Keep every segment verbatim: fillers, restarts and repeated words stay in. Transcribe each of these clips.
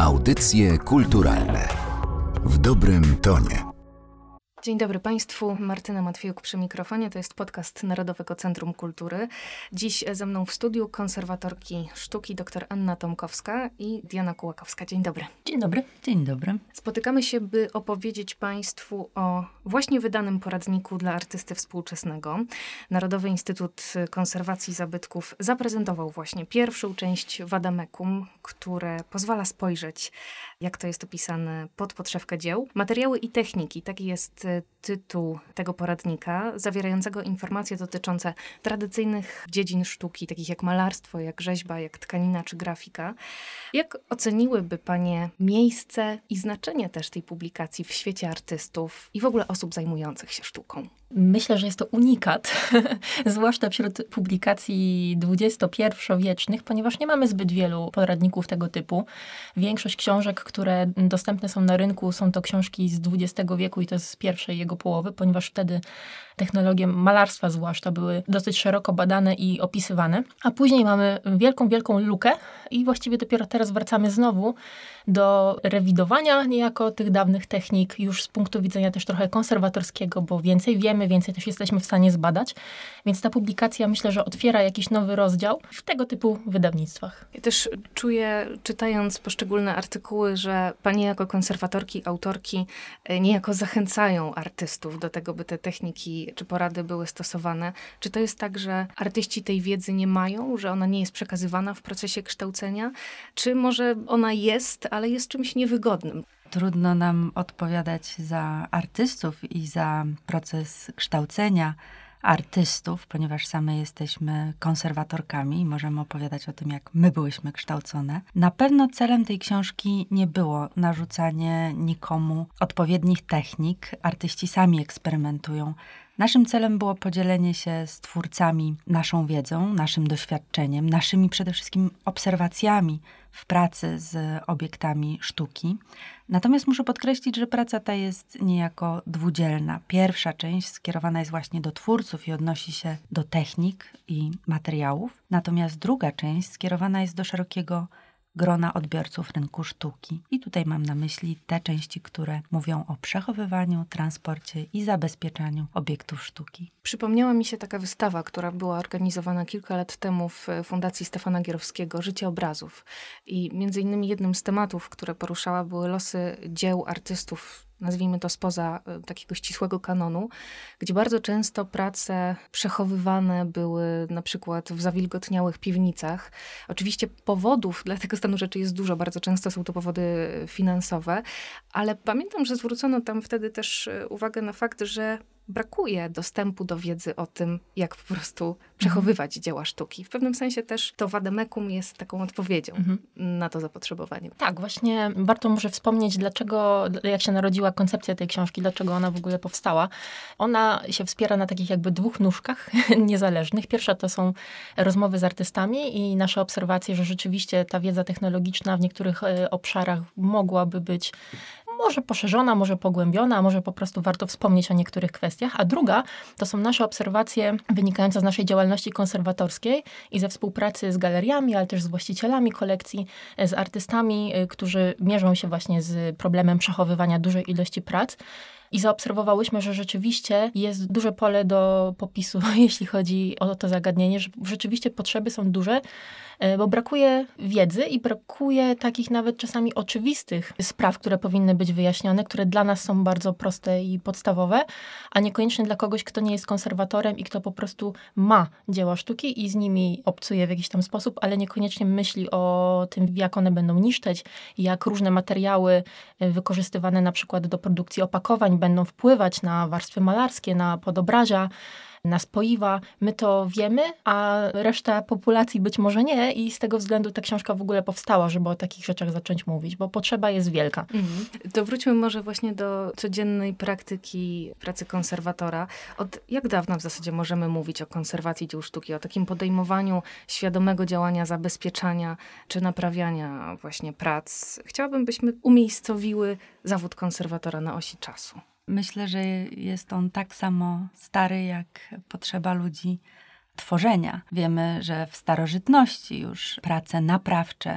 Audycje kulturalne w dobrym tonie. Dzień dobry Państwu, Martyna Matwiejuk przy mikrofonie, to jest podcast Narodowego Centrum Kultury. Dziś ze mną w studiu konserwatorki sztuki dr Anna Tomkowska i Diana Kułakowska. Dzień dobry. Dzień dobry. Dzień dobry. Spotykamy się, by opowiedzieć Państwu o właśnie wydanym poradniku dla artysty współczesnego. Narodowy Instytut Konserwacji Zabytków zaprezentował właśnie pierwszą część Vadamekum, które pozwala spojrzeć, jak to jest opisane pod podszewkę dzieł. Materiały i techniki, taki jest tytuł tego poradnika, zawierającego informacje dotyczące tradycyjnych dziedzin sztuki, takich jak malarstwo, jak rzeźba, jak tkanina czy grafika. Jak oceniłyby Panie miejsce i znaczenie też tej publikacji w świecie artystów i w ogóle osób zajmujących się sztuką? Myślę, że jest to unikat, zwłaszcza wśród publikacji dwudziestopierwowiecznych, ponieważ nie mamy zbyt wielu poradników tego typu. Większość książek, które dostępne są na rynku, są to książki z dwudziestego wieku i to z pierwszej jego połowy, ponieważ wtedy technologie malarstwa zwłaszcza były dosyć szeroko badane i opisywane. A później mamy wielką, wielką lukę i właściwie dopiero teraz wracamy znowu do rewidowania niejako tych dawnych technik, już z punktu widzenia też trochę konserwatorskiego, bo więcej wiemy, więcej też jesteśmy w stanie zbadać. Więc ta publikacja, myślę, że otwiera jakiś nowy rozdział w tego typu wydawnictwach. Ja też czuję, czytając poszczególne artykuły, że Panie jako konserwatorki, autorki niejako zachęcają artystów do tego, by te techniki czy porady były stosowane. Czy to jest tak, że artyści tej wiedzy nie mają, że ona nie jest przekazywana w procesie kształcenia? Czy może ona jest, ale jest czymś niewygodnym? Trudno nam odpowiadać za artystów i za proces kształcenia artystów, ponieważ same jesteśmy konserwatorkami i możemy opowiadać o tym, jak my byłyśmy kształcone. Na pewno celem tej książki nie było narzucanie nikomu odpowiednich technik. Artyści sami eksperymentują. Naszym celem było podzielenie się z twórcami naszą wiedzą, naszym doświadczeniem, naszymi przede wszystkim obserwacjami w pracy z obiektami sztuki. Natomiast muszę podkreślić, że praca ta jest niejako dwudzielna. Pierwsza część skierowana jest właśnie do twórców i odnosi się do technik i materiałów. Natomiast druga część skierowana jest do szerokiego grona odbiorców rynku sztuki. I tutaj mam na myśli te części, które mówią o przechowywaniu, transporcie i zabezpieczaniu obiektów sztuki. Przypomniała mi się taka wystawa, która była organizowana kilka lat temu w Fundacji Stefana Gierowskiego, Życie obrazów. I między innymi jednym z tematów, które poruszała, były losy dzieł artystów, nazwijmy to spoza takiego ścisłego kanonu, gdzie bardzo często prace przechowywane były na przykład w zawilgotniałych piwnicach. Oczywiście powodów dla tego stanu rzeczy jest dużo, bardzo często są to powody finansowe, ale pamiętam, że zwrócono tam wtedy też uwagę na fakt, że brakuje dostępu do wiedzy o tym, jak po prostu przechowywać mhm. dzieła sztuki. W pewnym sensie też to Vadamekum jest taką odpowiedzią mhm. na to zapotrzebowanie. Tak, właśnie warto może wspomnieć, dlaczego, jak się narodziła koncepcja tej książki, dlaczego ona w ogóle powstała. Ona się wspiera na takich jakby dwóch nóżkach niezależnych. Pierwsza to są rozmowy z artystami i nasze obserwacje, że rzeczywiście ta wiedza technologiczna w niektórych obszarach mogłaby być może poszerzona, może pogłębiona, a może po prostu warto wspomnieć o niektórych kwestiach. A druga to są nasze obserwacje wynikające z naszej działalności konserwatorskiej i ze współpracy z galeriami, ale też z właścicielami kolekcji, z artystami, którzy mierzą się właśnie z problemem przechowywania dużej ilości prac. I zaobserwowałyśmy, że rzeczywiście jest duże pole do popisu, jeśli chodzi o to zagadnienie, że rzeczywiście potrzeby są duże, bo brakuje wiedzy i brakuje takich nawet czasami oczywistych spraw, które powinny być wyjaśnione, które dla nas są bardzo proste i podstawowe, a niekoniecznie dla kogoś, kto nie jest konserwatorem i kto po prostu ma dzieła sztuki i z nimi obcuje w jakiś tam sposób, ale niekoniecznie myśli o tym, jak one będą niszczeć, jak różne materiały wykorzystywane na przykład do produkcji opakowań będą wpływać na warstwy malarskie, na podobrazia, na spoiwa. My to wiemy, a reszta populacji być może nie i z tego względu ta książka w ogóle powstała, żeby o takich rzeczach zacząć mówić, bo potrzeba jest wielka. Mhm. To wróćmy może właśnie do codziennej praktyki pracy konserwatora. Od jak dawna w zasadzie możemy mówić o konserwacji dzieł sztuki, o takim podejmowaniu świadomego działania, zabezpieczania czy naprawiania właśnie prac? Chciałabym, byśmy umiejscowiły zawód konserwatora na osi czasu. Myślę, że jest on tak samo stary, jak potrzeba ludzi tworzenia. Wiemy, że w starożytności już prace naprawcze,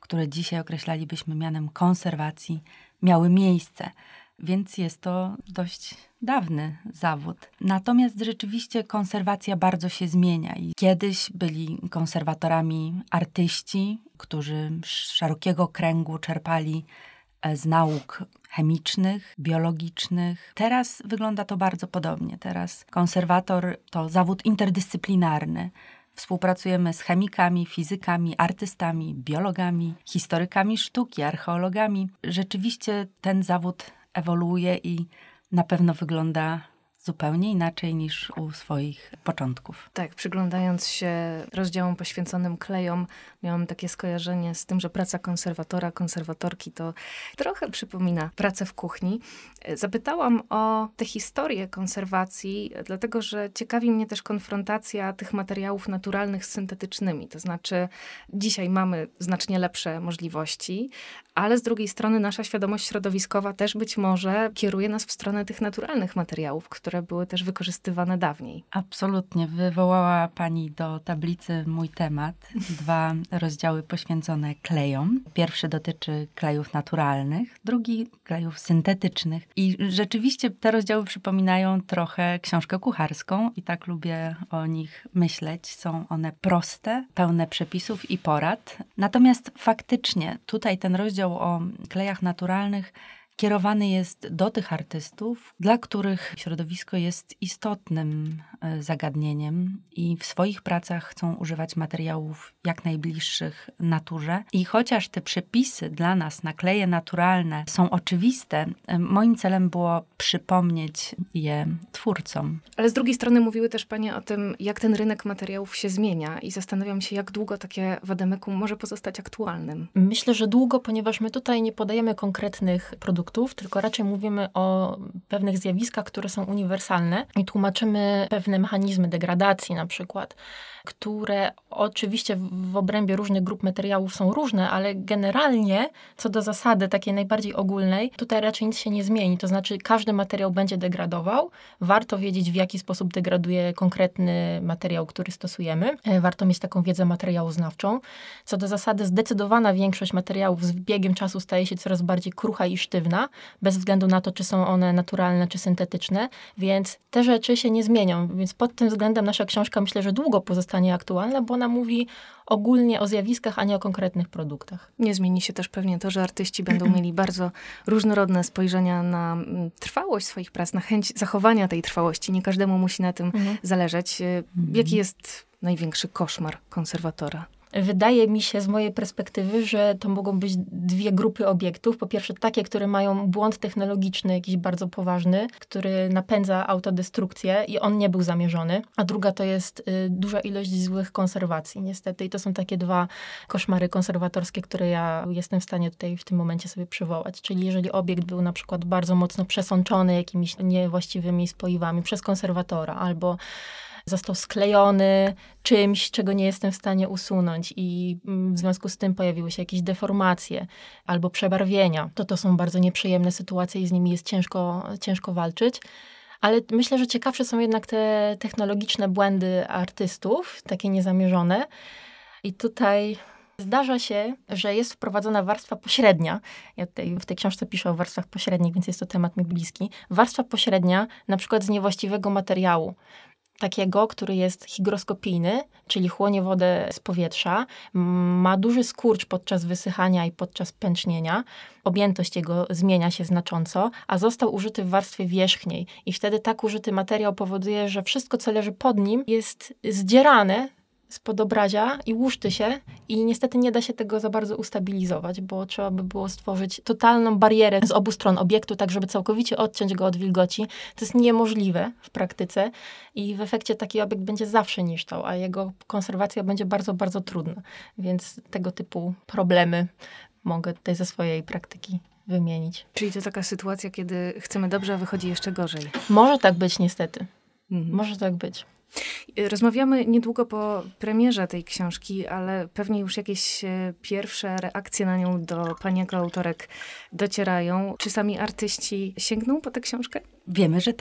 które dzisiaj określalibyśmy mianem konserwacji, miały miejsce. Więc jest to dość dawny zawód. Natomiast rzeczywiście konserwacja bardzo się zmienia i kiedyś byli konserwatorami artyści, którzy z szerokiego kręgu czerpali z nauk chemicznych, biologicznych. Teraz wygląda to bardzo podobnie. Teraz konserwator to zawód interdyscyplinarny. Współpracujemy z chemikami, fizykami, artystami, biologami, historykami sztuki, archeologami. Rzeczywiście ten zawód ewoluuje i na pewno wygląda zupełnie inaczej niż u swoich początków. Tak, przyglądając się rozdziałom poświęconym klejom, miałam takie skojarzenie z tym, że praca konserwatora, konserwatorki to trochę przypomina pracę w kuchni. Zapytałam o tę historię konserwacji, dlatego że ciekawi mnie też konfrontacja tych materiałów naturalnych z syntetycznymi. To znaczy dzisiaj mamy znacznie lepsze możliwości, ale z drugiej strony nasza świadomość środowiskowa też być może kieruje nas w stronę tych naturalnych materiałów, które były też wykorzystywane dawniej. Absolutnie. Wywołała pani do tablicy mój temat. Dwa rozdziały poświęcone klejom. Pierwszy dotyczy klejów naturalnych, drugi klejów syntetycznych. I rzeczywiście te rozdziały przypominają trochę książkę kucharską i tak lubię o nich myśleć. Są one proste, pełne przepisów i porad. Natomiast faktycznie tutaj ten rozdział o klejach naturalnych kierowany jest do tych artystów, dla których środowisko jest istotnym zagadnieniem i w swoich pracach chcą używać materiałów jak najbliższych naturze. I chociaż te przepisy dla nas na kleje naturalne są oczywiste, moim celem było przypomnieć je twórcom. Ale z drugiej strony mówiły też panie o tym, jak ten rynek materiałów się zmienia i zastanawiam się, jak długo takie wademekum może pozostać aktualnym. Myślę, że długo, ponieważ my tutaj nie podajemy konkretnych produktów, tylko raczej mówimy o pewnych zjawiskach, które są uniwersalne i tłumaczymy pewne mechanizmy degradacji na przykład, które oczywiście w obrębie różnych grup materiałów są różne, ale generalnie co do zasady takiej najbardziej ogólnej, tutaj raczej nic się nie zmieni. To znaczy każdy materiał będzie degradował. Warto wiedzieć, w jaki sposób degraduje konkretny materiał, który stosujemy. Warto mieć taką wiedzę materiałoznawczą. Co do zasady zdecydowana większość materiałów z biegiem czasu staje się coraz bardziej krucha i sztywna, bez względu na to, czy są one naturalne, czy syntetyczne, więc te rzeczy się nie zmienią. Więc pod tym względem nasza książka myślę, że długo pozostanie aktualna, bo ona mówi ogólnie o zjawiskach, a nie o konkretnych produktach. Nie zmieni się też pewnie to, że artyści będą mieli bardzo różnorodne spojrzenia na trwałość swoich prac, na chęć zachowania tej trwałości. Nie każdemu musi na tym mhm. zależeć. Jaki jest największy koszmar konserwatora? Wydaje mi się z mojej perspektywy, że to mogą być dwie grupy obiektów. Po pierwsze takie, które mają błąd technologiczny jakiś bardzo poważny, który napędza autodestrukcję i on nie był zamierzony. A druga to jest y, duża ilość złych konserwacji niestety. I to są takie dwa koszmary konserwatorskie, które ja jestem w stanie tutaj w tym momencie sobie przywołać. Czyli jeżeli obiekt był na przykład bardzo mocno przesączony jakimiś niewłaściwymi spoiwami przez konserwatora albo został sklejony czymś, czego nie jestem w stanie usunąć i w związku z tym pojawiły się jakieś deformacje albo przebarwienia. To to są bardzo nieprzyjemne sytuacje i z nimi jest ciężko, ciężko walczyć. Ale myślę, że ciekawsze są jednak te technologiczne błędy artystów, takie niezamierzone. I tutaj zdarza się, że jest wprowadzona warstwa pośrednia. Ja tutaj w tej książce piszę o warstwach pośrednich, więc jest to temat mi bliski. Warstwa pośrednia, na przykład z niewłaściwego materiału. Takiego, który jest hygroskopijny, czyli chłonie wodę z powietrza, ma duży skurcz podczas wysychania i podczas pęcznienia. Objętość jego zmienia się znacząco, a został użyty w warstwie wierzchniej. I wtedy tak użyty materiał powoduje, że wszystko, co leży pod nim, jest zdzierane spod obrazia i łuszczy się i niestety nie da się tego za bardzo ustabilizować, bo trzeba by było stworzyć totalną barierę z obu stron obiektu, tak żeby całkowicie odciąć go od wilgoci. To jest niemożliwe w praktyce i w efekcie taki obiekt będzie zawsze niszczał, a jego konserwacja będzie bardzo, bardzo trudna. Więc tego typu problemy mogę tutaj ze swojej praktyki wymienić. Czyli to taka sytuacja, kiedy chcemy dobrze, a wychodzi jeszcze gorzej. Może tak być niestety. Mhm. Może tak być. Rozmawiamy niedługo po premierze tej książki, ale pewnie już jakieś pierwsze reakcje na nią do pani jako autorek docierają. Czy sami artyści sięgną po tę książkę? Wiemy, że tak.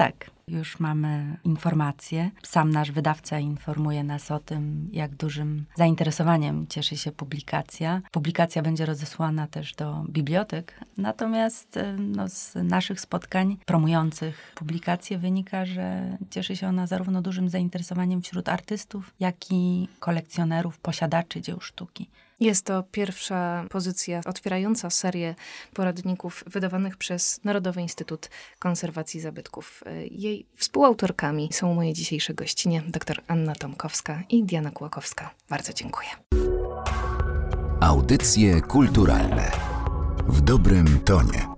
Już mamy informacje. Sam nasz wydawca informuje nas o tym, jak dużym zainteresowaniem cieszy się publikacja. Publikacja będzie rozesłana też do bibliotek. Natomiast no, z naszych spotkań promujących publikację wynika, że cieszy się ona zarówno dużym zainteresowaniem wśród artystów, jak i kolekcjonerów, posiadaczy dzieł sztuki. Jest to pierwsza pozycja otwierająca serię poradników wydawanych przez Narodowy Instytut Konserwacji Zabytków. Jej współautorkami są moje dzisiejsze gościnie, dr Anna Tomkowska i Diana Kłakowska. Bardzo dziękuję. Audycje kulturalne w dobrym tonie.